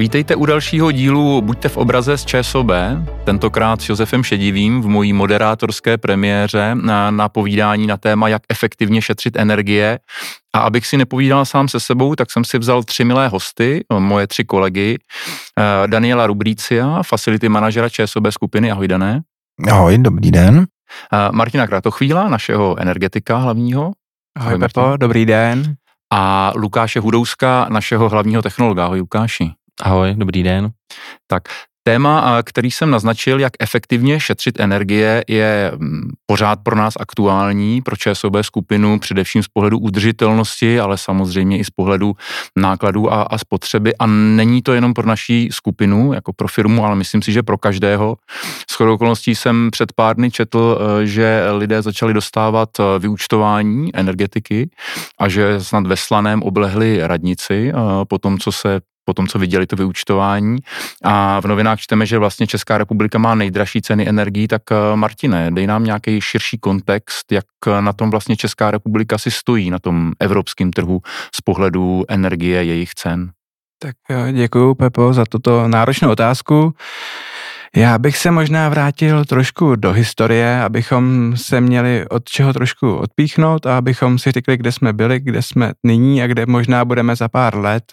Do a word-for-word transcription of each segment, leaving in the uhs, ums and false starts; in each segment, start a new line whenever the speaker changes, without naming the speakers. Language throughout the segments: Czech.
Vítejte u dalšího dílu Buďte v obraze z ČSOB, tentokrát s Josefem Šedivým v mojí moderátorské premiéře na, na povídání na téma, jak efektivně šetřit energie. A abych si nepovídal sám se sebou, tak jsem si vzal tři milé hosty, moje tři kolegy. Daniela Rubrícia, facility manažera ČSOB skupiny. Ahoj, Dané.
Ahoj, dobrý den.
Martina Kratochvíla, našeho energetika hlavního.
Ahoj, Ahoj Pepo, Martin. Dobrý den.
A Lukáše Hudouska, našeho hlavního technologa. Ahoj, Lukáši.
Ahoj, dobrý den.
Tak téma, který jsem naznačil, jak efektivně šetřit energie, je pořád pro nás aktuální, pro ČSOB skupinu, především z pohledu udržitelnosti, ale samozřejmě i z pohledu nákladů a, a spotřeby. A není to jenom pro naší skupinu, jako pro firmu, ale myslím si, že pro každého. Shodou okolností jsem před pár dny četl, že lidé začali dostávat vyúčtování energetiky a že snad ve Slaném oblehli radnici po tom, co se po tom, co viděli to vyúčtování. A v novinách čteme, že vlastně Česká republika má nejdražší ceny energií, tak Martine, dej nám nějaký širší kontext, jak na tom vlastně Česká republika si stojí na tom evropském trhu z pohledu energie, jejich cen.
Tak děkuju, Pepo, za tuto náročnou otázku. Já bych se možná vrátil trošku do historie, abychom se měli od čeho trošku odpíchnout a abychom si řekli, kde jsme byli, kde jsme nyní a kde možná budeme za pár let.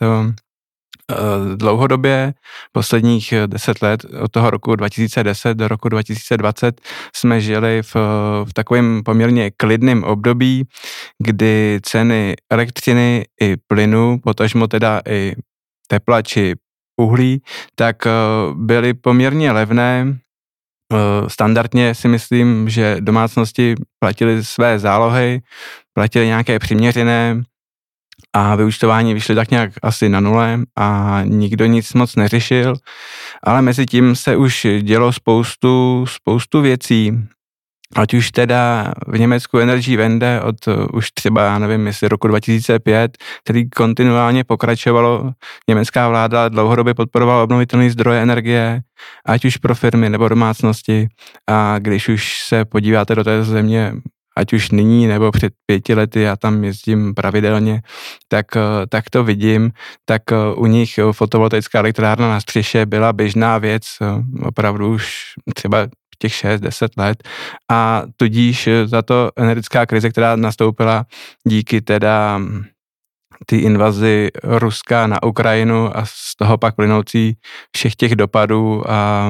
Dlouhodobě, posledních deset let, od toho roku dva tisíce deset do roku dva tisíce dvacet, jsme žili v, v takovém poměrně klidném období, kdy ceny elektřiny i plynu, potažmo teda i tepla či uhlí, tak byly poměrně levné. Standardně si myslím, že domácnosti platily své zálohy, platily nějaké přiměřené, a vyúčtování vyšly tak nějak asi na nule a nikdo nic moc neřešil, ale mezi tím se už dělo spoustu, spoustu věcí, ať už teda v Německu Energiewende od už třeba, já nevím, jestli roku dva tisíce pět, který kontinuálně pokračovalo, německá vláda dlouhodobě podporovala obnovitelné zdroje energie, ať už pro firmy nebo domácnosti, a když už se podíváte do té země, ať už nyní nebo před pěti lety, já tam jezdím pravidelně, tak, tak to vidím, tak u nich fotovoltaická elektrárna na střeše byla běžná věc, opravdu už třeba těch šest deset let, a tudíž tato energetická krize, která nastoupila díky teda ty invazi Ruska na Ukrajinu a z toho pak plynoucí všech těch dopadů a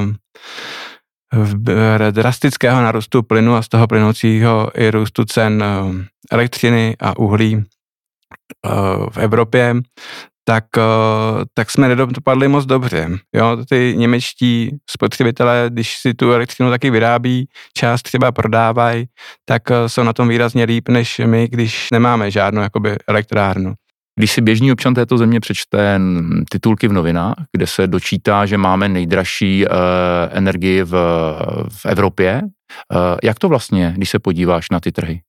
drastického narůstu plynu a z toho plynoucího i růstu cen elektřiny a uhlí v Evropě, tak, tak jsme nedopadli moc dobře. Jo, ty němečtí spotřebitelé, když si tu elektřinu taky vyrábí, část třeba prodávají, tak jsou na tom výrazně líp než my, když nemáme žádnou jakoby elektrárnu.
Když si běžný občan této země přečte titulky v novinách, kde se dočítá, že máme nejdražší uh, energii v, v Evropě, uh, jak to vlastně, když se podíváš na ty trhy?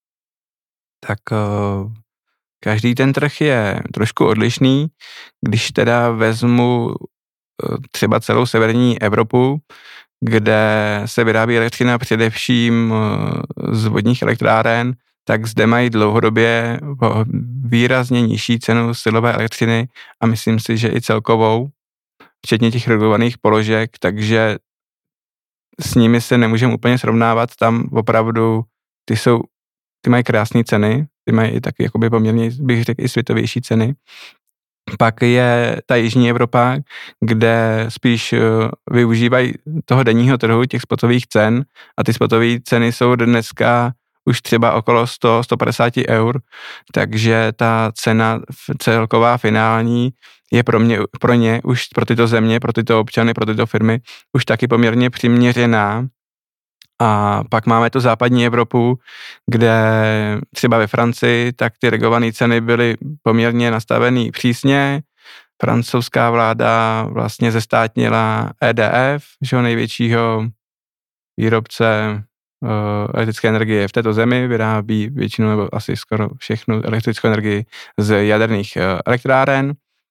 Tak uh, každý ten trh je trošku odlišný. Když teda vezmu uh, třeba celou severní Evropu, kde se vyrábí elektřina především uh, z vodních elektráren, tak zde mají dlouhodobě výrazně nižší cenu silové elektřiny a myslím si, že i celkovou, včetně těch regulovaných položek, takže s nimi se nemůžeme úplně srovnávat, tam opravdu ty jsou, ty mají krásné ceny, ty mají i taky jakoby poměrně, bych řekl, i světovější ceny. Pak je ta jižní Evropa, kde spíš využívají toho denního trhu, těch spotových cen, a ty spotové ceny jsou dneska už třeba okolo sto až sto padesát eur, takže ta cena celková finální je pro mě, pro ně už pro tyto země, pro tyto občany, pro tyto firmy už taky poměrně přiměřená. A pak máme tu západní Evropu, kde třeba ve Francii, tak ty regulované ceny byly poměrně nastavený přísně. Francouzská vláda vlastně zestátnila E D F, že největšího výrobce elektrické energie v této zemi, vyrábí většinu nebo asi skoro všechnu elektrickou energii z jaderných elektráren.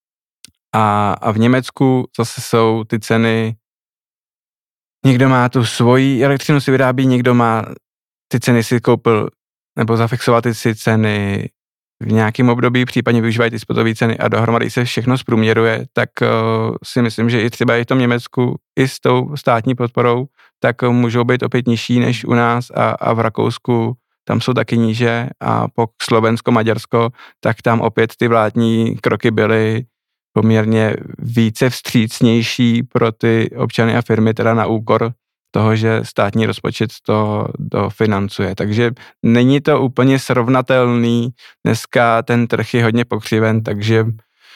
A, a v Německu zase jsou ty ceny, někdo má tu svoji elektřinu si vyrábí, někdo má ty ceny si koupil nebo zafixoval ty si ceny v nějakém období případně využívají ty spotové ceny a dohromady se všechno zprůměruje, tak uh, si myslím, že i třeba i v tom Německu, i s tou státní podporou, tak uh, můžou být opět nižší než u nás a, a v Rakousku tam jsou taky níže a po Slovensko, Maďarsko, tak tam opět ty vládní kroky byly poměrně více vstřícnější pro ty občany a firmy, teda na úkor toho, že státní rozpočet to dofinancuje. Takže není to úplně srovnatelný. Dneska ten trh je hodně pokřiven, takže...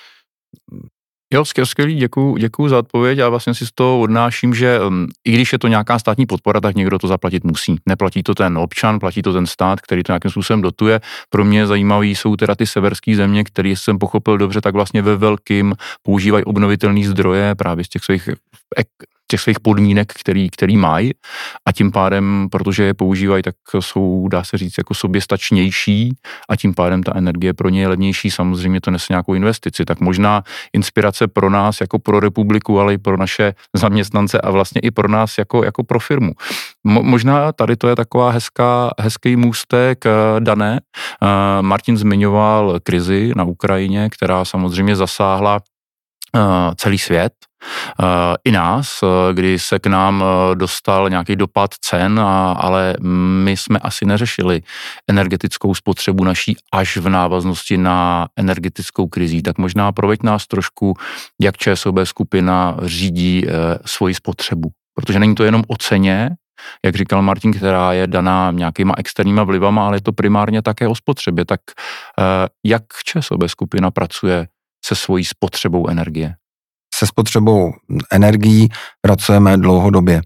Jo, skvělý, děkuju, děkuju za odpověď. Já vlastně si z toho odnáším, že um, i když je to nějaká státní podpora, tak někdo to zaplatit musí. Neplatí to ten občan, platí to ten stát, který to nějakým způsobem dotuje. Pro mě zajímavý jsou teda ty severské země, které jsem pochopil dobře, tak vlastně ve velkým používají obnovitelné zdroje právě z těch svých těch svých podmínek, který, který mají a tím pádem, protože je používají, tak jsou, dá se říct, jako soběstačnější a tím pádem ta energie pro ně je levnější, samozřejmě to nese nějakou investici, tak možná inspirace pro nás jako pro republiku, ale i pro naše zaměstnance a vlastně i pro nás jako, jako pro firmu. Mo, možná tady to je taková hezká, hezký můstek dané. Martin zmiňoval krizi na Ukrajině, která samozřejmě zasáhla celý svět, i nás, kdy se k nám dostal nějaký dopad cen, ale my jsme asi neřešili energetickou spotřebu naší až v návaznosti na energetickou krizi. Tak možná proveď nás trošku, jak ČSOB skupina řídí svoji spotřebu. Protože není to jenom o ceně, jak říkal Martin, která je daná nějakýma externíma vlivama, ale je to primárně také o spotřebě. Tak jak ČSOB skupina pracuje se svojí spotřebou energie?
Se spotřebou energií pracujeme dlouhodobě.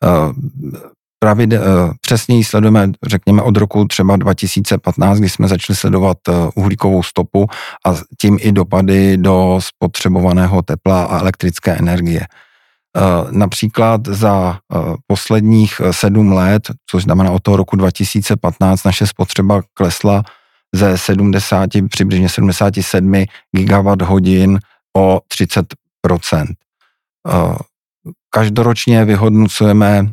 Pravidě, přesněji sledujeme, řekněme, od roku třeba dva tisíce patnáct, kdy jsme začali sledovat uhlíkovou stopu a tím i dopady do spotřebovaného tepla a elektrické energie. Například za posledních sedm let, což znamená od toho roku dva tisíce patnáct, naše spotřeba klesla ze sedmdesát, přibližně sedmdesát sedm gigawatt hodin o třicet procent. Každoročně vyhodnocujeme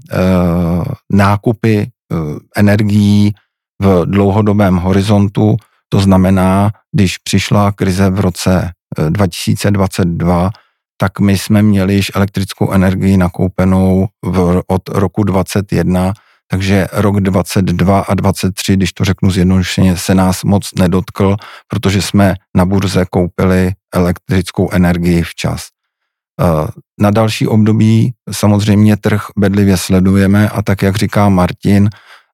nákupy energií v dlouhodobém horizontu, to znamená, když přišla krize v roce dva tisíce dvacet dva, tak my jsme měli již elektrickou energii nakoupenou v, od roku dvacet jedna, takže rok dvacet dva a dvacet tři, když to řeknu zjednodušeně, se nás moc nedotkl, protože jsme na burze koupili elektrickou energii včas. Na další období samozřejmě trh bedlivě sledujeme a tak, jak říká Martin,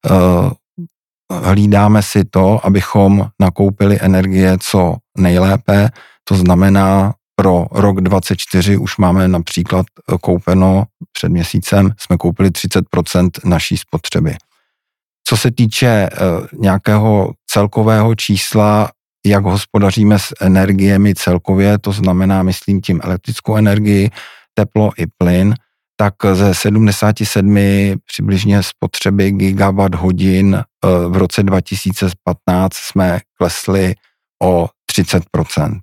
hlídáme si to, abychom nakoupili energie co nejlépe, to znamená pro rok dvacet čtyři už máme například koupeno, před měsícem jsme koupili třicet procent naší spotřeby. Co se týče nějakého celkového čísla, jak hospodaříme s energiemi celkově, to znamená, myslím tím elektrickou energii, teplo i plyn, tak ze sedmdesát sedm přibližně spotřeby gigawatt hodin v roce dva tisíce patnáct jsme klesli o třicet procent.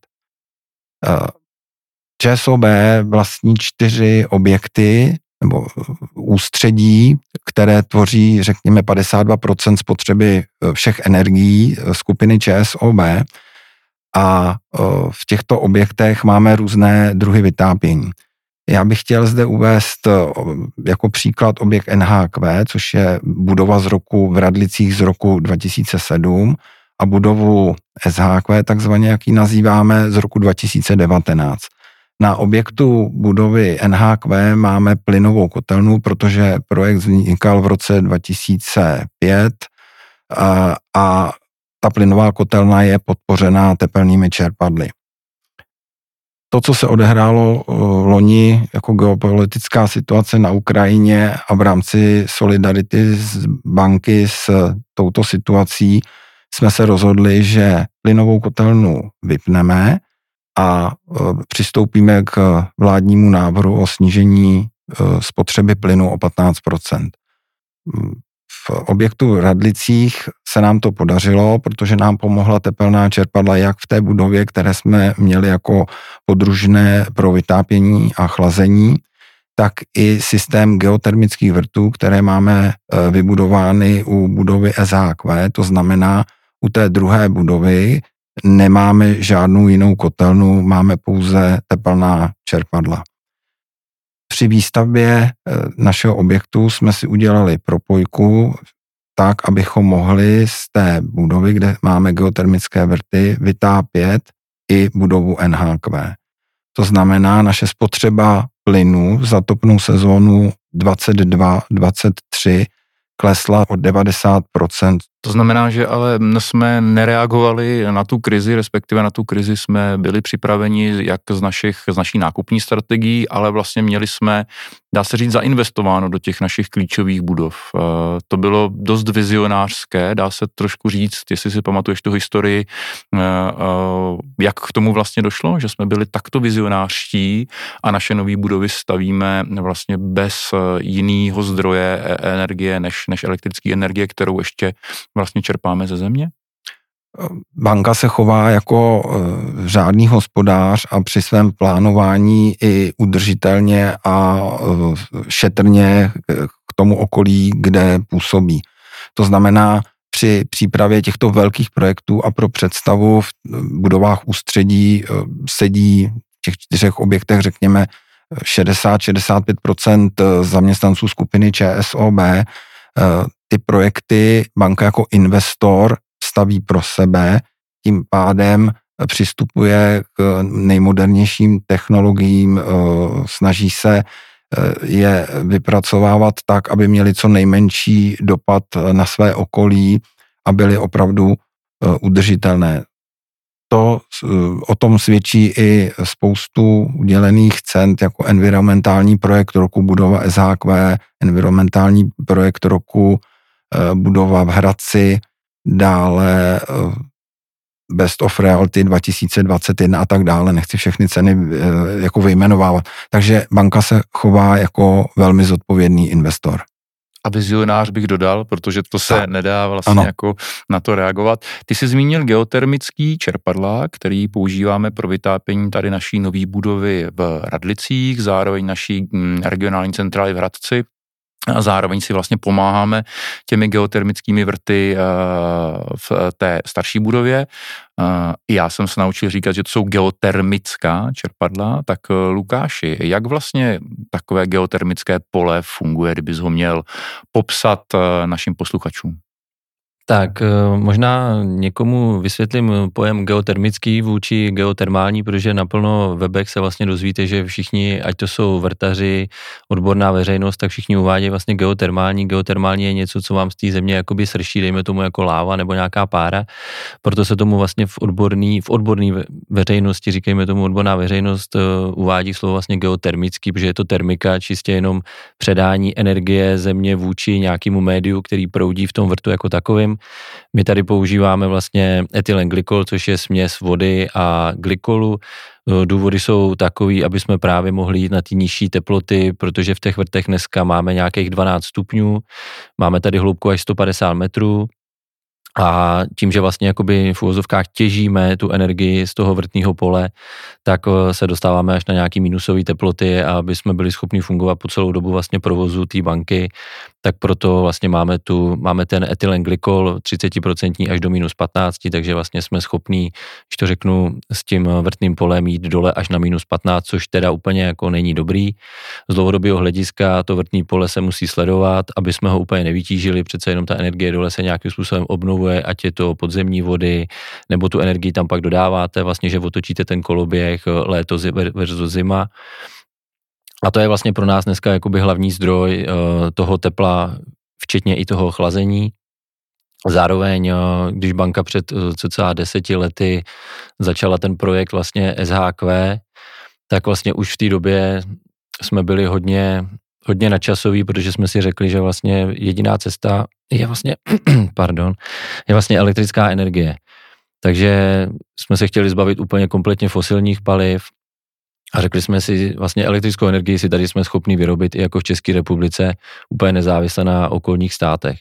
ČSOB vlastní čtyři objekty nebo ústředí, které tvoří, řekněme, padesát dva procent spotřeby všech energií skupiny ČSOB a v těchto objektech máme různé druhy vytápění. Já bych chtěl zde uvést jako příklad objekt N H Q, což je budova z roku v Radlicích z roku dva tisíce sedm a budovu S H Q, takzvaně jak ji nazýváme, z roku dva tisíce devatenáct. Na objektu budovy N H Q máme plynovou kotelnu, protože projekt vznikal v roce dva tisíce pět a, a ta plynová kotelna je podpořená tepelnými čerpadly. To, co se odehrálo loni jako geopolitická situace na Ukrajině a v rámci solidarity z banky s touto situací, jsme se rozhodli, že plynovou kotelnu vypneme a přistoupíme k vládnímu návrhu o snížení spotřeby plynu o patnáct procent. V objektu v Radlicích se nám to podařilo, protože nám pomohla tepelná čerpadla jak v té budově, které jsme měli jako podružné pro vytápění a chlazení, tak i systém geotermických vrtů, které máme vybudovány u budovy S H Q, to znamená u té druhé budovy, nemáme žádnou jinou kotelnu, máme pouze tepelná čerpadla. Při výstavbě našeho objektu jsme si udělali propojku tak, abychom mohli z té budovy, kde máme geotermické vrty, vytápět i budovu N H Q. To znamená, naše spotřeba plynu za topnou sezónu dvacet dva dvacet tři klesla o devadesát procent.
To znamená, že ale jsme nereagovali na tu krizi, respektive na tu krizi jsme byli připraveni jak z, našich, z naší nákupní strategií, ale vlastně měli jsme, dá se říct, zainvestováno do těch našich klíčových budov. To bylo dost vizionářské, dá se trošku říct, jestli si pamatuješ tu historii, jak k tomu vlastně došlo, že jsme byli takto vizionářští a naše nové budovy stavíme vlastně bez jiného zdroje energie než, než elektrické energie, kterou ještě vlastně čerpáme ze země?
Banka se chová jako řádný hospodář a při svém plánování i udržitelně a šetrně k tomu okolí, kde působí. To znamená, při přípravě těchto velkých projektů a pro představu v budovách ústředí sedí v těch čtyřech objektech, řekněme, šedesát až šedesát pět procent zaměstnanců skupiny ČSOB. Ty projekty banka jako investor staví pro sebe, tím pádem přistupuje k nejmodernějším technologiím, snaží se je vypracovávat tak, aby měli co nejmenší dopad na své okolí a byly opravdu udržitelné. To, o tom svědčí i spoustu udělených cent, jako environmentální projekt roku budova S H Q, environmentální projekt roku budova v Hradci, dále Best of Realty dva tisíce dvacet jedna a tak dále. Nechci všechny ceny jako vyjmenovávat. Takže banka se chová jako velmi zodpovědný investor.
A vizionář bych dodal, protože to se tak nedá vlastně
ano.
jako na to reagovat. Ty jsi zmínil geotermický čerpadla, který používáme pro vytápění tady naší nové budovy v Radlicích, zároveň naší regionální centrály v Hradci. A zároveň si vlastně pomáháme těmi geotermickými vrty v té starší budově. Já jsem se naučil říkat, že to jsou geotermická čerpadla. Tak Lukáši, jak vlastně takové geotermické pole funguje, kdybys ho měl popsat našim posluchačům?
Tak možná někomu vysvětlím pojem geotermický vůči geotermální, protože naplno webech se vlastně dozvíte, že všichni, ať to jsou vrtaři, odborná veřejnost, tak všichni uvádějí vlastně geotermální. Geotermální je něco, co vám z té země jakoby srší, dejme tomu jako láva nebo nějaká pára. Proto se tomu vlastně v odborný, v odborné veřejnosti, říkejme tomu odborná veřejnost, uvádí slovo vlastně geotermický, protože je to termika, čistě jenom předání energie země vůči nějakému médiu, který proudí v tom vrtu jako takovým. My tady používáme vlastně etylenglykol, což je směs vody a glykolu. Důvody jsou takový, aby jsme právě mohli jít na ty nižší teploty, protože v těch vrtech dneska máme nějakých dvanáct stupňů, máme tady hloubku až sto padesát metrů a tím, že vlastně jakoby v uvozovkách těžíme tu energii z toho vrtního pole, tak se dostáváme až na nějaký minusové teploty a aby jsme byli schopni fungovat po celou dobu vlastně provozu té banky, tak proto vlastně máme tu, máme ten etylenglykol třicet procent až do minus patnáct, takže vlastně jsme schopní, když to řeknu, s tím vrtným polem jít dole až na minus patnáct, což teda úplně jako není dobrý. Z dlouhodobého hlediska to vrtní pole se musí sledovat, aby jsme ho úplně nevytížili, přece jenom ta energie dole se nějakým způsobem obnovuje, ať je to podzemní vody, nebo tu energii tam pak dodáváte, vlastně, že otočíte ten koloběh léto versus zima. A to je vlastně pro nás dneska jakoby hlavní zdroj toho tepla, včetně i toho chlazení. Zároveň, když banka před cca deseti lety začala ten projekt vlastně S H Q, tak vlastně už v té době jsme byli hodně, hodně nadčasoví, protože jsme si řekli, že vlastně jediná cesta je vlastně, pardon, je vlastně elektrická energie. Takže jsme se chtěli zbavit úplně kompletně fosilních paliv, a řekli jsme si, vlastně elektrickou energii si tady jsme schopni vyrobit i jako v České republice, úplně nezávisle na okolních státech.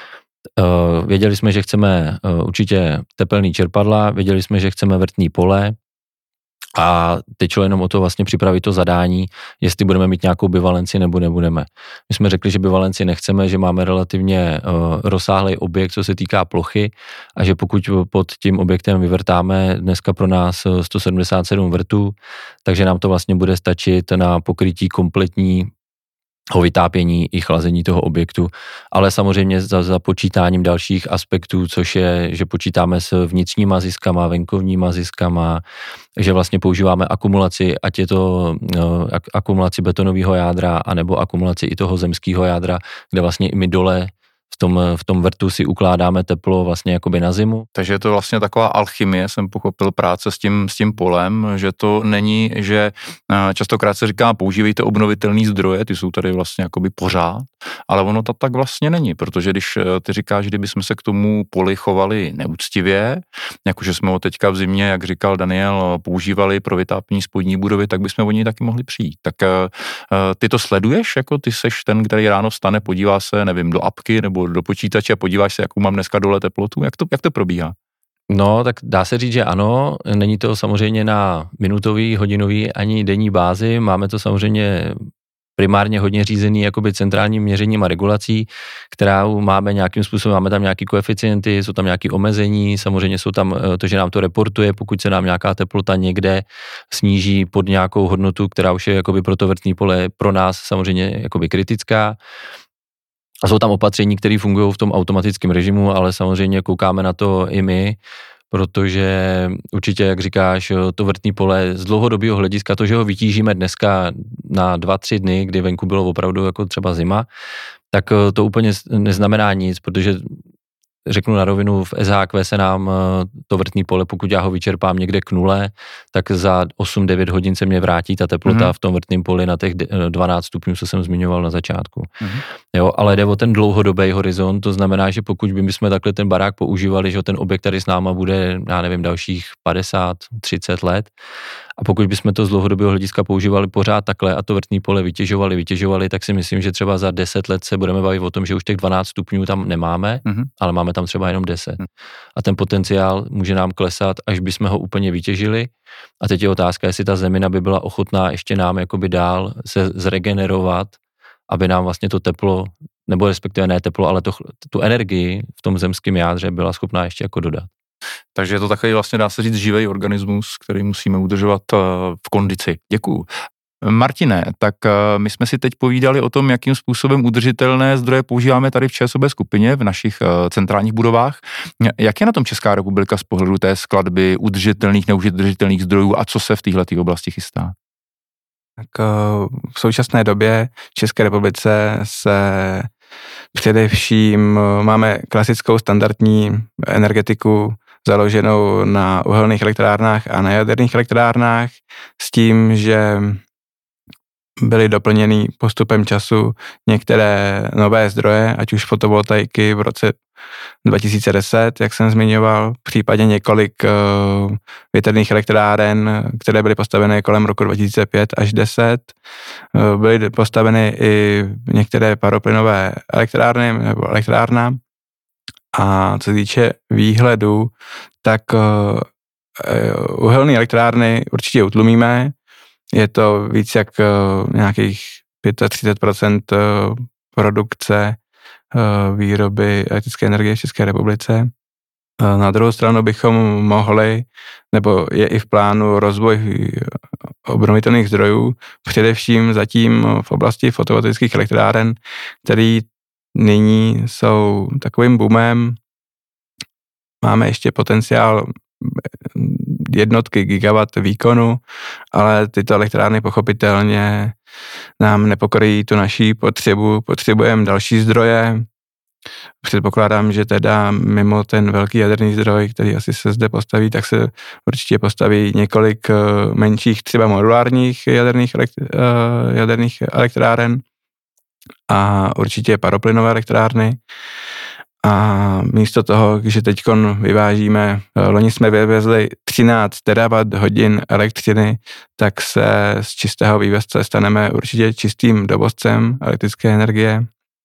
Věděli jsme, že chceme určitě tepelný čerpadla, věděli jsme, že chceme vrtní pole A teď šlo jenom o to vlastně připravit to zadání, jestli budeme mít nějakou bivalenci nebo nebudeme. My jsme řekli, že bivalenci nechceme, že máme relativně uh, rozsáhlý objekt, co se týká plochy a že pokud pod tím objektem vyvrtáme dneska pro nás sto sedmdesát sedm vrtů, takže nám to vlastně bude stačit na pokrytí kompletní o vytápění i chlazení toho objektu, ale samozřejmě za, za počítáním dalších aspektů, což je, že počítáme s vnitřníma ziskama, venkovníma ziskama, že vlastně používáme akumulaci, ať je to no, akumulaci betonového jádra, anebo akumulaci i toho zemského jádra, kde vlastně i my dole v tom, v tom vrtu si ukládáme teplo vlastně jakoby na zimu.
Takže je to vlastně taková alchymie, jsem pochopil, práce s tím, s tím polem, že to není, že častokrát se říká, používejte obnovitelné zdroje, ty jsou tady vlastně jakoby pořád, ale ono to tak vlastně není, protože když ty říkáš, kdyby jsme se k tomu poli chovali neúctivě, jakože jsme ho teďka v zimě, jak říkal Daniel, používali pro vytápění spodní budovy, tak bychom o něj taky mohli přijít. Tak ty to sleduješ, jako ty seš ten, který ráno vstane, podívá se, nevím, do apky nebo do počítače a podíváš se, jakou mám dneska dole teplotu, jak to, jak to probíhá?
No, tak dá se říct, že ano, není to samozřejmě na minutový, hodinový ani denní bázi, máme to samozřejmě primárně hodně řízený jakoby centrálním měřením a regulací, která máme nějakým způsobem, máme tam nějaký koeficienty, jsou tam nějaké omezení, samozřejmě jsou tam to, že nám to reportuje, pokud se nám nějaká teplota někde sníží pod nějakou hodnotu, která už je jakoby pro to vrtní pole pro nás samozřejmě jakoby kritická. A jsou tam opatření, které fungují v tom automatickém režimu, ale samozřejmě koukáme na to i my, protože určitě, jak říkáš, to vrtní pole z dlouhodobého hlediska, to, že ho vytížíme dneska na dva, tři dny, kdy venku bylo opravdu jako třeba zima, tak to úplně neznamená nic, protože řeknu na rovinu, v S H Q se nám to vrtní pole, pokud já ho vyčerpám někde k nule, tak za osm devět hodin se mě vrátí ta teplota mm-hmm. v tom vrtním poli na těch dvanáct stupňů, co jsem zmiňoval na začátku. Mm-hmm. Jo, ale jde o ten dlouhodobý horizont, to znamená, že pokud by jsme takhle ten barák používali, že ten objekt tady s náma bude, já nevím, dalších padesát třicet let, a pokud bychom to z dlouhodobého hlediska používali pořád takhle a to vrtní pole vytěžovali, vytěžovali, tak si myslím, že třeba za deset let se budeme bavit o tom, že už těch dvanáct stupňů tam nemáme, mm-hmm. ale máme tam třeba jenom deset. Mm. A ten potenciál může nám klesat, až bychom ho úplně vytěžili. A teď je otázka, jestli ta zemina by byla ochotná ještě nám jakoby dál se zregenerovat, aby nám vlastně to teplo, nebo respektive ne teplo, ale to, tu energii v tom zemském jádře byla schopná ještě jako dodat.
Takže je to takový vlastně, dá se říct, živý organismus, který musíme udržovat v kondici. Děkuju. Martine, tak my jsme si teď povídali o tom, jakým způsobem udržitelné zdroje používáme tady v ČSOB skupině, v našich centrálních budovách. Jak je na tom Česká republika z pohledu té skladby udržitelných, neudržitelných zdrojů a co se v této oblasti chystá?
Tak v současné době v České republice se především máme klasickou standardní energetiku založenou na uhelných elektrárnách a na jaderných elektrárnách s tím, že byly doplněny postupem času některé nové zdroje, ať už fotovoltaiky v roce dva tisíce deset, jak jsem zmiňoval, případně několik uh, větrných elektráren, které byly postaveny kolem roku dva tisíce pět až deset. Uh, byly postaveny i některé paroplynové elektrárny nebo elektrárna. A co se týče výhledu, tak uh, uhelné elektrárny určitě utlumíme. Je to víc jak uh, nějakých třicet pět procent uh, produkce uh, výroby elektrické energie v České republice. Uh, na druhou stranu bychom mohli, nebo je i v plánu rozvoj obnovitelných zdrojů, především zatím v oblasti fotovoltaických elektráren, který nyní jsou takovým boomem. Máme ještě potenciál jednotky gigawatt výkonu, ale tyto elektrárny pochopitelně nám nepokryjí tu naší potřebu. Potřebujeme další zdroje. Předpokládám, že teda mimo ten velký jaderný zdroj, který asi se zde postaví, tak se určitě postaví několik menších, třeba modulárních jaderných, jaderných elektráren a určitě paroplynové elektrárny. A místo toho, že teďkon vyvážíme, loni jsme vyvezli třináct terawatt hodin elektřiny, tak se z čistého vývezce staneme určitě čistým dovozcem elektrické energie.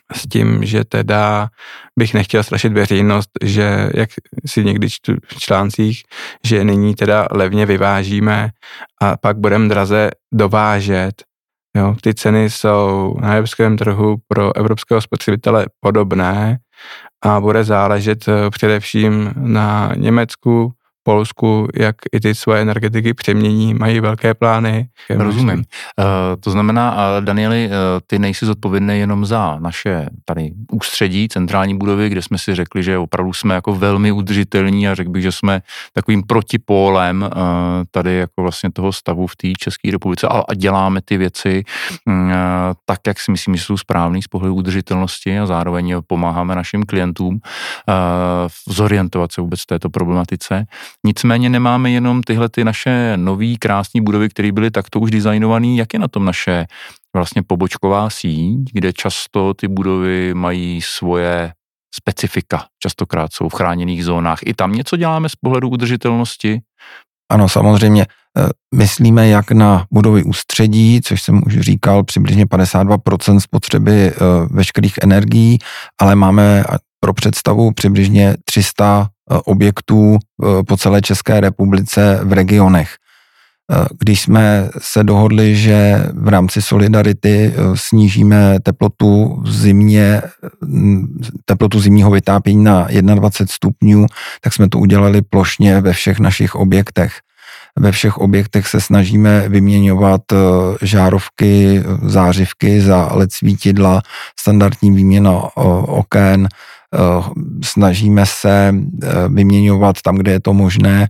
s tím, že teda bych nechtěl strašit veřejnost, že jak si někdy čtu v článcích, že nyní teda levně vyvážíme a pak budeme draze dovážet. Jo, ty ceny jsou na evropském trhu pro evropského spotřebitele podobné a bude záležet především na Německu, Polsku, jak i ty svoje energetiky přemění, mají velké plány.
Rozumím. Uh, to znamená, uh, Danieli, uh, ty nejsi zodpovědný jenom za naše tady ústředí, centrální budovy, kde jsme si řekli, že opravdu jsme jako velmi udržitelní a řekl bych, že jsme takovým protipólem uh, tady jako vlastně toho stavu v té České republice a, a děláme ty věci uh, tak, jak si myslím, že jsou správný z pohledu udržitelnosti a zároveň pomáháme našim klientům uh, zorientovat se vůbec v této problematice. Nicméně nemáme jenom tyhle ty naše nový krásné budovy, které byly takto už designované. Jak je na tom naše vlastně pobočková síť, kde často ty budovy mají svoje specifika, častokrát jsou v chráněných zónách. I tam něco děláme z pohledu udržitelnosti?
Ano, samozřejmě. Myslíme jak na budovy ústředí, což jsem už říkal, přibližně padesát dva procent spotřeby veškerých energií, ale máme pro představu přibližně tři sta objektů po celé České republice v regionech. Když jsme se dohodli, že v rámci solidarity snížíme teplotu v zimě, teplotu zimního vytápění na dvacet jedna stupňů, tak jsme to udělali plošně ve všech našich objektech. Ve všech objektech se snažíme vyměňovat žárovky, zářivky za el é dé svítidla, standardní výměna oken, snažíme se vyměňovat tam, kde je to možné,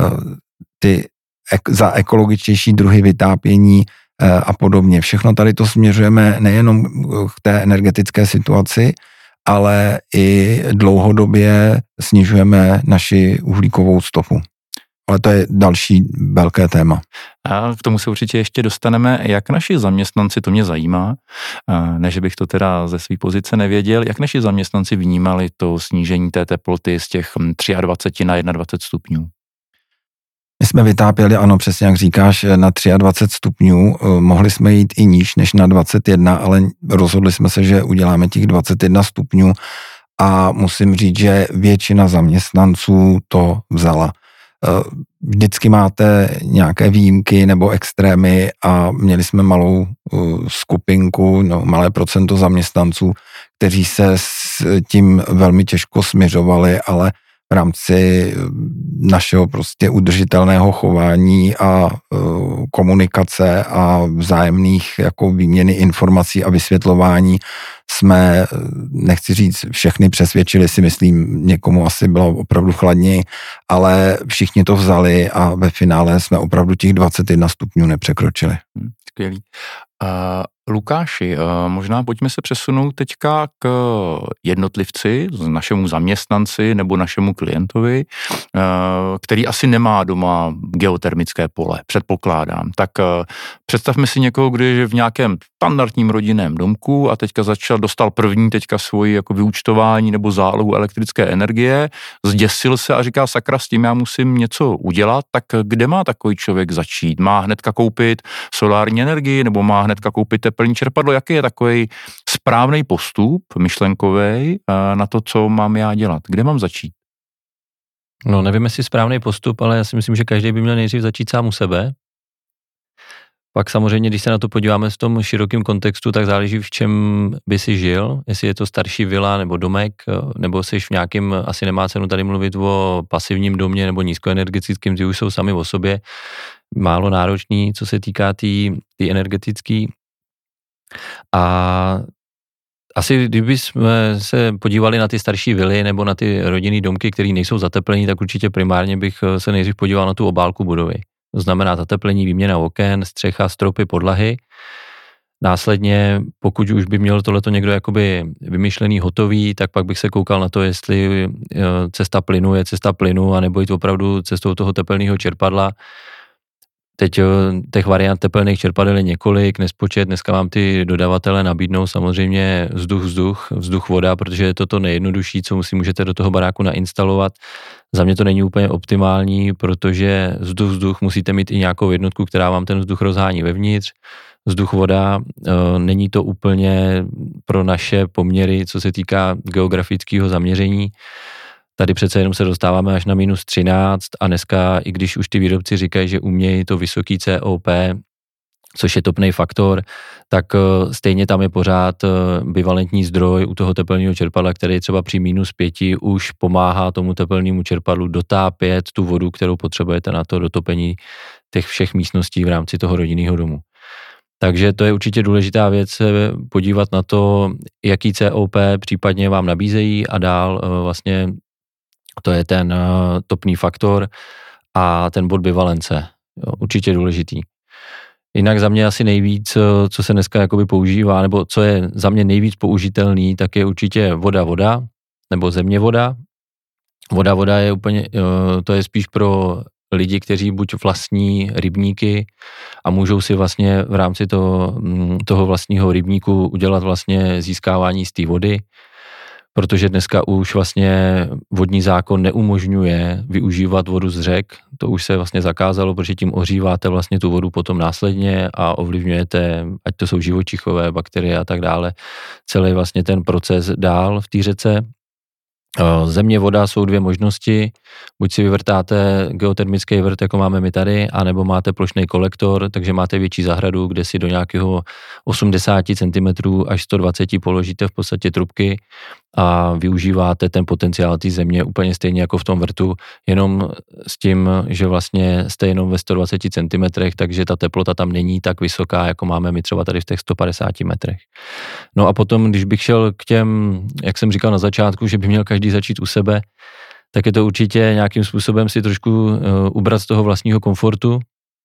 ty za ekologičtější druhy vytápění a podobně. Všechno tady to směřujeme nejenom k té energetické situaci, ale i dlouhodobě snižujeme naši uhlíkovou stopu. Ale to je další velké téma.
A k tomu se určitě ještě dostaneme. Jak naši zaměstnanci, to mě zajímá, ne, že bych to teda ze své pozice nevěděl, jak naši zaměstnanci vnímali to snížení té teploty z těch dvacet tři na dvacet jedna stupňů?
My jsme vytápěli, ano, přesně jak říkáš, na dvacet tři stupňů. Mohli jsme jít i níž než na dvacet jedna, ale rozhodli jsme se, že uděláme těch dvacet jedna stupňů a musím říct, že většina zaměstnanců to vzala. Vždycky máte nějaké výjimky nebo extrémy a měli jsme malou skupinku, no, malé procento zaměstnanců, kteří se s tím velmi těžko smiřovali, ale v rámci našeho prostě udržitelného chování a uh, komunikace a vzájemných jako výměny informací a vysvětlování jsme, nechci říct, všechny přesvědčili, si myslím, někomu asi bylo opravdu chladněji, ale všichni to vzali a ve finále jsme opravdu těch dvacet jedna stupňů nepřekročili.
Skvělý. Uh, Lukáši, uh, možná pojďme se přesunout teďka k jednotlivci, našemu zaměstnanci nebo našemu klientovi, uh, který asi nemá doma geotermické pole, předpokládám. Tak uh, představme si někoho, kdo je v nějakém standardním rodinném domku a teďka začal, dostal první teďka svoji jako vyúčtování nebo zálohu elektrické energie, zděsil se a říká, sakra, s tím já musím něco udělat, tak kde má takový člověk začít? Má hnedka koupit solární energii nebo má hnedka koupit teplní čerpadlo? Jaký je takový správný postup myšlenkový na to, co mám já dělat? Kde mám začít?
No, nevím, jestli správný postup, ale já si myslím, že každý by měl nejdřív začít sám u sebe. Pak samozřejmě, když se na to podíváme v tom širokém kontextu, tak záleží, v čem by si žil, jestli je to starší vila nebo domek, nebo jsi v nějakém, asi nemá cenu tady mluvit o pasivním domě nebo nízkoenergetickým, ty už jsou sami o sobě málo náročný, co se týká té tý, tý energetické. A asi kdyby jsme se podívali na ty starší vily nebo na ty rodinné domky, které nejsou zateplení, tak určitě primárně bych se nejdřív podíval na tu obálku budovy. To znamená zateplení, výměna oken, střecha, stropy, podlahy. Následně, pokud už by měl tohleto někdo jakoby vymyšlený, hotový, tak pak bych se koukal na to, jestli cesta plynu je cesta plynu, anebo jít opravdu cestou toho tepelného čerpadla. Teď těch variant tepelných čerpadel je několik, nespočet, dneska vám ty dodavatele nabídnou samozřejmě vzduch, vzduch, vzduch, voda, protože je to to nejjednodušší, co si můžete do toho baráku nainstalovat. Za mě to není úplně optimální, protože vzduch, vzduch musíte mít i nějakou jednotku, která vám ten vzduch rozhání vevnitř. vzduch, voda. Není to úplně pro naše poměry, co se týká geografického zaměření. Tady přece jenom se dostáváme až na minus třináct a dneska, i když už ty výrobci říkají, že umějí to vysoký C O P, což je topný faktor, tak stejně tam je pořád bivalentní zdroj u toho tepelného čerpadla, který třeba při minus pěti už pomáhá tomu tepelnému čerpadlu dotápět tu vodu, kterou potřebujete na to dotopení těch všech místností v rámci toho rodinného domu. Takže to je určitě důležitá věc se podívat na to, jaký C O P případně vám nabízejí a dál vlastně to je ten topný faktor a ten bod bivalence. Jo, určitě důležitý. Jinak za mě asi nejvíc, co se dneska jakoby používá, nebo co je za mě nejvíc použitelný, tak je určitě voda, voda, nebo země voda. Voda, voda je úplně, to je spíš pro lidi, kteří buď vlastní rybníky a můžou si vlastně v rámci toho, toho vlastního rybníku udělat vlastně získávání z té vody, protože dneska už vlastně vodní zákon neumožňuje využívat vodu z řek, to už se vlastně zakázalo, protože tím ohříváte vlastně tu vodu potom následně a ovlivňujete, ať to jsou živočichové, bakterie a tak dále, celý vlastně ten proces dál v té řece. Země, voda jsou dvě možnosti, buď si vyvrtáte geotermický vrt, jako máme my tady, anebo máte plošný kolektor, takže máte větší zahradu, kde si do nějakého osmdesát centimetrů až sto dvacet položíte v podstatě trubky a využíváte ten potenciál té země úplně stejně jako v tom vrtu, jenom s tím, že vlastně jste jenom ve sto dvacet centimetrech, takže ta teplota tam není tak vysoká, jako máme my třeba tady v těch sto padesát metrech. No a potom, když bych šel k těm, jak jsem říkal na začátku, že by měl každý začít u sebe, tak je to určitě nějakým způsobem si trošku uh, ubrat z toho vlastního komfortu.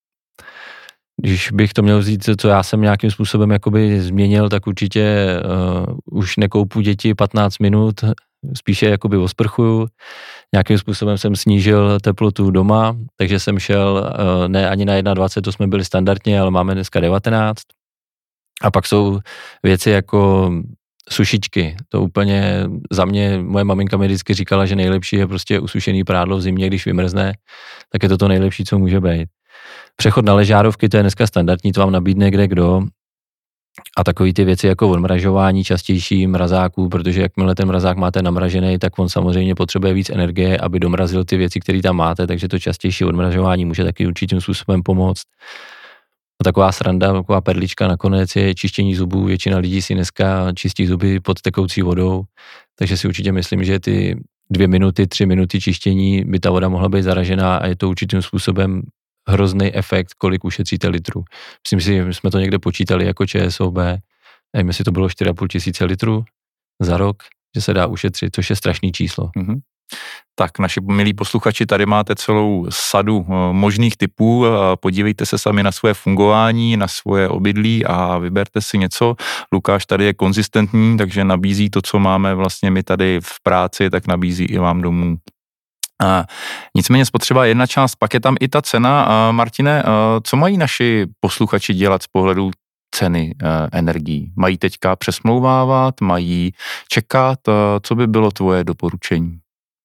Když bych to měl vzít, co já jsem nějakým způsobem jakoby změnil, tak určitě uh, už nekoupu děti patnáct minut, spíše jakoby osprchuju. Nějakým způsobem jsem snížil teplotu doma, takže jsem šel uh, ne ani na dvacet jedna, to jsme byli standardně, ale máme dneska devatenáct. A pak jsou věci jako sušičky, to úplně za mě, moje maminka mi vždycky říkala, že nejlepší je prostě usušený prádlo v zimě, když vymrzne, tak je to to nejlepší, co může být. Přechod na ležárovky, to je dneska standardní, to vám nabídne kde kdo. A takový ty věci jako odmražování častější mrazáků, protože jakmile ten mrazák máte namražený, tak on samozřejmě potřebuje víc energie, aby domrazil ty věci, které tam máte, takže to častější odmražování může taky určitým způsobem pomoct. A taková sranda, taková perlička nakonec je čištění zubů. Většina lidí si dneska čistí zuby pod tekoucí vodou, takže si určitě myslím, že ty dvě minuty, tři minuty čištění by ta voda mohla být zaražená a je to určitým způsobem hrozný efekt, kolik ušetříte litrů. Myslím si, že jsme to někde počítali jako ČSOB, nevím, jestli to bylo čtyři a půl tisíce litrů za rok, že se dá ušetřit, což je strašný číslo.
Mm-hmm. Tak, naši milí posluchači, tady máte celou sadu možných typů, podívejte se sami na svoje fungování, na svoje obydlí a vyberte si něco. Lukáš tady je konzistentní, takže nabízí to, co máme vlastně my tady v práci, tak nabízí i vám domů. A nicméně spotřeba jedna část, pak je tam i ta cena. A Martine, co mají naši posluchači dělat z pohledu ceny energií? Mají teďka přesmlouvávat, mají čekat? Co by bylo tvoje doporučení?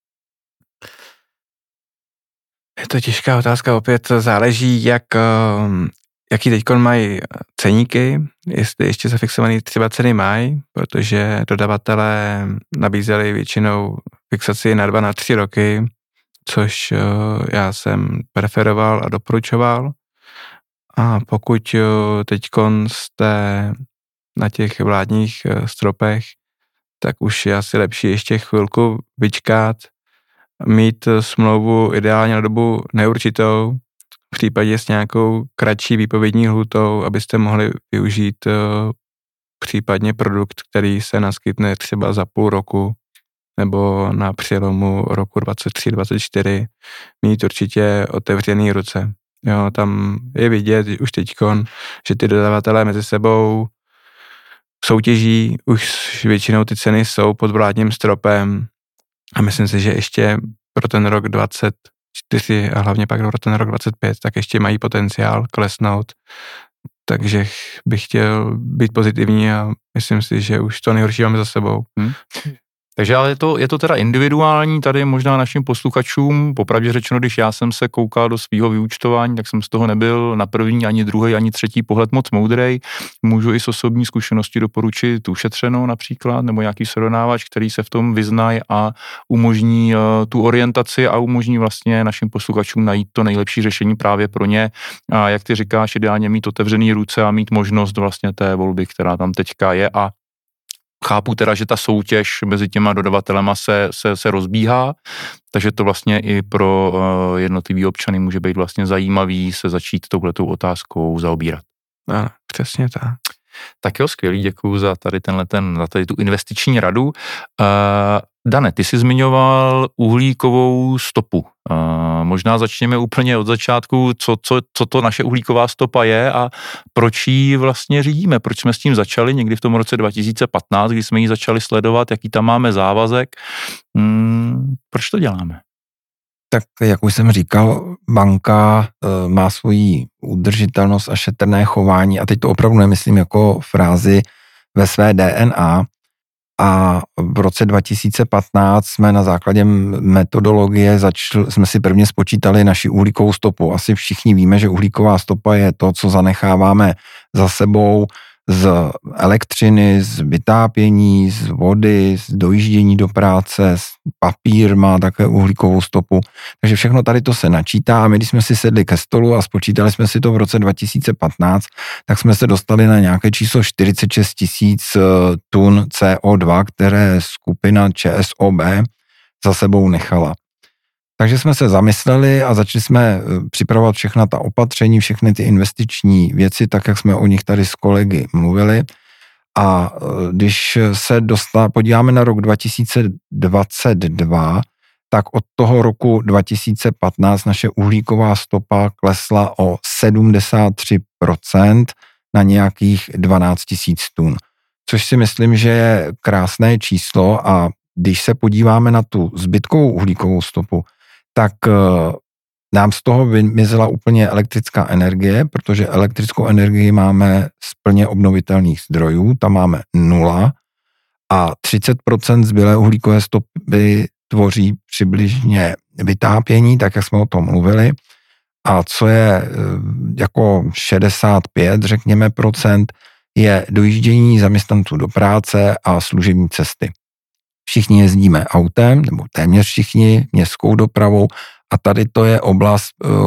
Je to těžká otázka, opět záleží, jak, jaký teďkon mají ceníky, jestli ještě zafixovaný třeba ceny mají, protože dodavatelé nabízeli většinou fixaci na dva, na tři roky, což já jsem preferoval a doporučoval. A pokud teďkon jste na těch vládních stropech, tak už je asi lepší ještě chvilku vyčkat, mít smlouvu ideálně na dobu neurčitou, v případě s nějakou kratší výpovědní lhůtou, abyste mohli využít případně produkt, který se naskytne třeba za půl roku nebo na přelomu roku dvacet tři dvacet čtyři, mít určitě otevřený ruce. Jo, tam je vidět už teďkon, že ty dodavatelé mezi sebou soutěží, už většinou ty ceny jsou pod vládním stropem a myslím si, že ještě pro ten rok dvacet čtyři a hlavně pak pro ten rok dvacet pět, tak ještě mají potenciál klesnout. Takže bych chtěl být pozitivní a myslím si, že už to nejhorší máme za sebou. Hmm.
Takže ale je to, je to teda individuální, tady možná našim posluchačům, popravdě řečeno, když já jsem se koukal do svého vyúčtování, tak jsem z toho nebyl na první, ani druhý, ani třetí pohled moc moudrej. Můžu i z osobní zkušenosti doporučit Ušetřenou například, nebo nějaký srovnávač, který se v tom vyznají a umožní uh, tu orientaci a umožní vlastně našim posluchačům najít to nejlepší řešení právě pro ně. A jak ty říkáš, ideálně mít otevřený ruce a mít možnost vlastně té volby, která tam teďka je, a chápu teda, že ta soutěž mezi těma dodavatelema se, se, se rozbíhá, takže to vlastně i pro uh, jednotlivý občany může být vlastně zajímavý se začít touhletou otázkou zaobírat.
Ano, přesně tak.
Tak jo, skvělý, děkuju za tady tenhle ten, za tady tu investiční radu. Uh, Dane, ty jsi zmiňoval uhlíkovou stopu. Uh, možná začněme úplně od začátku, co, co, co to naše uhlíková stopa je a proč ji vlastně řídíme, proč jsme s tím začali někdy v tom roce dva tisíce patnáct, kdy jsme ji začali sledovat, jaký tam máme závazek. Hmm, proč to děláme?
Tak jak už jsem říkal, banka e, má svoji udržitelnost a šetrné chování a teď to opravdu nemyslím jako frázi ve své D N A a v roce dva tisíce patnáct jsme na základě metodologie začali, jsme si prvně spočítali naši uhlíkovou stopu. Asi všichni víme, že uhlíková stopa je to, co zanecháváme za sebou z elektřiny, z vytápění, z vody, z dojíždění do práce, papír má také uhlíkovou stopu. Takže všechno tady to se načítá a my, když jsme si sedli ke stolu a spočítali jsme si to v roce dva tisíce patnáct, tak jsme se dostali na nějaké číslo čtyřicet šest tisíc tun C O dva, které skupina Č S O B za sebou nechala. Takže jsme se zamysleli a začali jsme připravovat všechna ta opatření, všechny ty investiční věci, tak jak jsme o nich tady s kolegy mluvili. A když se dostá, podíváme na rok dva tisíce dvacet dva, tak od toho roku dva tisíce patnáct naše uhlíková stopa klesla o sedmdesát tři procent na nějakých dvanáct tisíc tun. Což si myslím, že je krásné číslo a když se podíváme na tu zbytkovou uhlíkovou stopu, tak nám z toho vymizela úplně elektrická energie, protože elektrickou energii máme z plně obnovitelných zdrojů, tam máme nula a třicet procent zbylé uhlíkové stopy tvoří přibližně vytápění, tak jak jsme o tom mluvili, a co je jako šedesát pět, řekněme, procent, je dojíždění zaměstnanců do práce a služební cesty. Všichni jezdíme autem, nebo téměř všichni, městskou dopravou a tady to je oblast,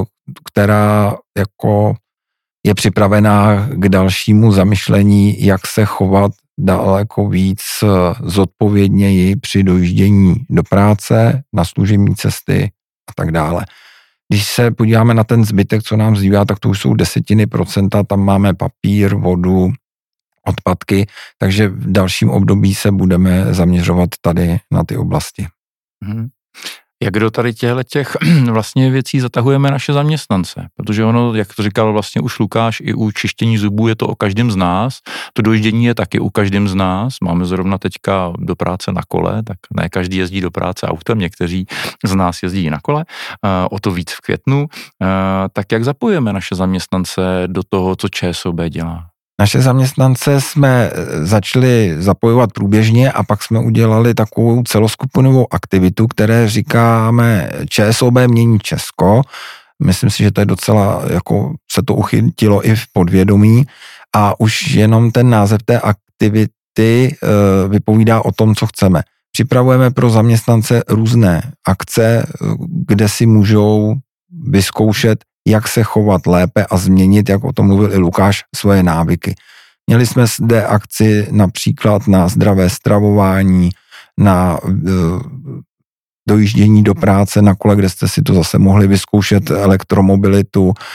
která jako je připravená k dalšímu zamyšlení, jak se chovat daleko víc zodpovědněji při dojíždění do práce, na služební cesty a tak dále. Když se podíváme na ten zbytek, co nám zbývá, tak to už jsou desetiny procenta, tam máme papír, vodu, odpadky, takže v dalším období se budeme zaměřovat tady na ty oblasti.
Hmm. Jak do tady těchto těch vlastně věcí zatahujeme naše zaměstnance? Protože ono, jak to říkal vlastně už Lukáš, i u čištění zubů je to o každém z nás, to dojíždění je taky u každém z nás, máme zrovna teďka do práce na kole, tak ne každý jezdí do práce autem, někteří z nás jezdí na kole, o to víc v květnu, tak jak zapojíme naše zaměstnance do toho, co Č S O B dělá?
Naše zaměstnance jsme začali zapojovat průběžně a pak jsme udělali takovou celoskupinovou aktivitu, které říkáme Č S O B mění Česko. Myslím si, že to je docela, jako se to uchytilo i v podvědomí a už jenom ten název té aktivity vypovídá o tom, co chceme. Připravujeme pro zaměstnance různé akce, kde si můžou vyzkoušet, jak se chovat lépe a změnit, jak o tom mluvil i Lukáš, svoje návyky. Měli jsme zde akci například na zdravé stravování, na e, dojíždění do práce na kole, kde jste si to zase mohli vyzkoušet, elektromobilitu. E,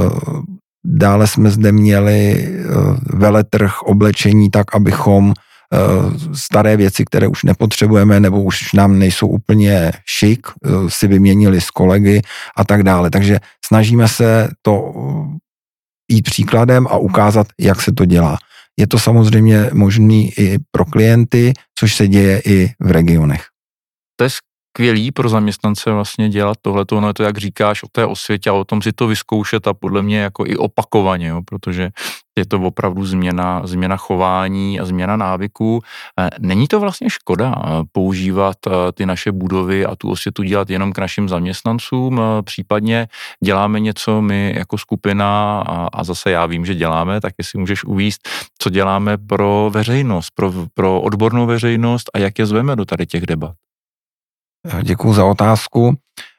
dále jsme zde měli e, veletrh oblečení tak, abychom staré věci, které už nepotřebujeme nebo už nám nejsou úplně šik, si vyměnili s kolegy a tak dále. Takže snažíme se to jít příkladem a ukázat, jak se to dělá. Je to samozřejmě možný i pro klienty, což se děje i v regionech.
To je skvělý pro zaměstnance vlastně dělat tohleto, ono je to, jak říkáš, o té osvětě a o tom si to vyzkoušet a podle mě jako i opakovaně, jo, protože je to opravdu změna, změna chování a změna návyků. Není to vlastně škoda používat ty naše budovy a tu osvětu dělat jenom k našim zaměstnancům, případně děláme něco my jako skupina a, a zase já vím, že děláme, tak jestli můžeš uvést, co děláme pro veřejnost, pro, pro odbornou veřejnost a jak je zveme do tady těch debat.
Děkuju za otázku.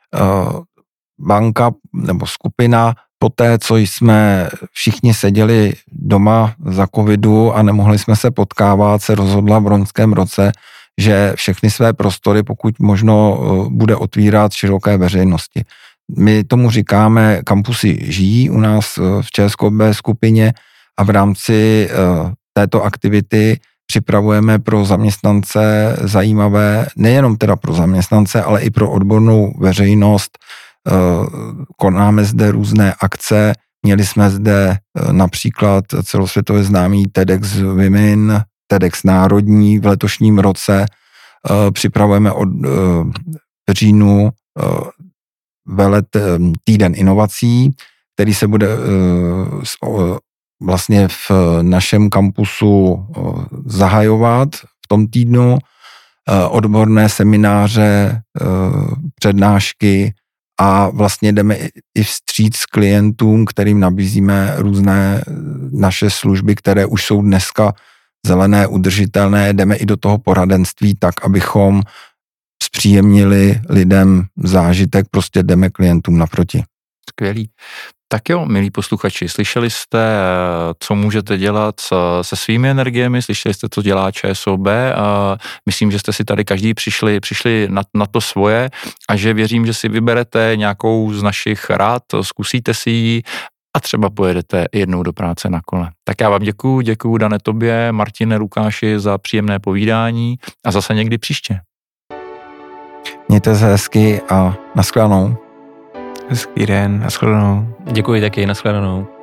Banka nebo skupina poté, co jsme všichni seděli doma za covidu a nemohli jsme se potkávat, se rozhodla v loňském roce, že všechny své prostory, pokud možno, bude otvírat široké veřejnosti. My tomu říkáme kampusy žijí u nás v ČSOB skupině a v rámci této aktivity připravujeme pro zaměstnance zajímavé, nejenom teda pro zaměstnance, ale i pro odbornou veřejnost. Konáme zde různé akce, měli jsme zde například celosvětově známý TEDx Women, TEDx Národní v letošním roce. Připravujeme od říjnu velet týden inovací, který se bude vlastně v našem kampusu zahajovat v tom týdnu. Odborné semináře, přednášky a vlastně jdeme i vstříc klientům, kterým nabízíme různé naše služby, které už jsou dneska zelené, udržitelné. Jdeme i do toho poradenství tak, abychom zpříjemnili lidem zážitek, prostě jdeme klientům naproti.
Skvělý. Tak jo, milí posluchači, slyšeli jste, co můžete dělat se svými energiemi, slyšeli jste, co dělá ČSOB a myslím, že jste si tady každý přišli, přišli na, na to svoje a že věřím, že si vyberete nějakou z našich rád, zkusíte si ji a třeba pojedete jednou do práce na kole. Tak já vám děkuju, děkuju Dane tobě, Martine, Lukáši za příjemné povídání a zase někdy příště.
Mějte se hezky a nashledanou.
Hezký den, nashledanou.
Děkuji taky, nashledanou.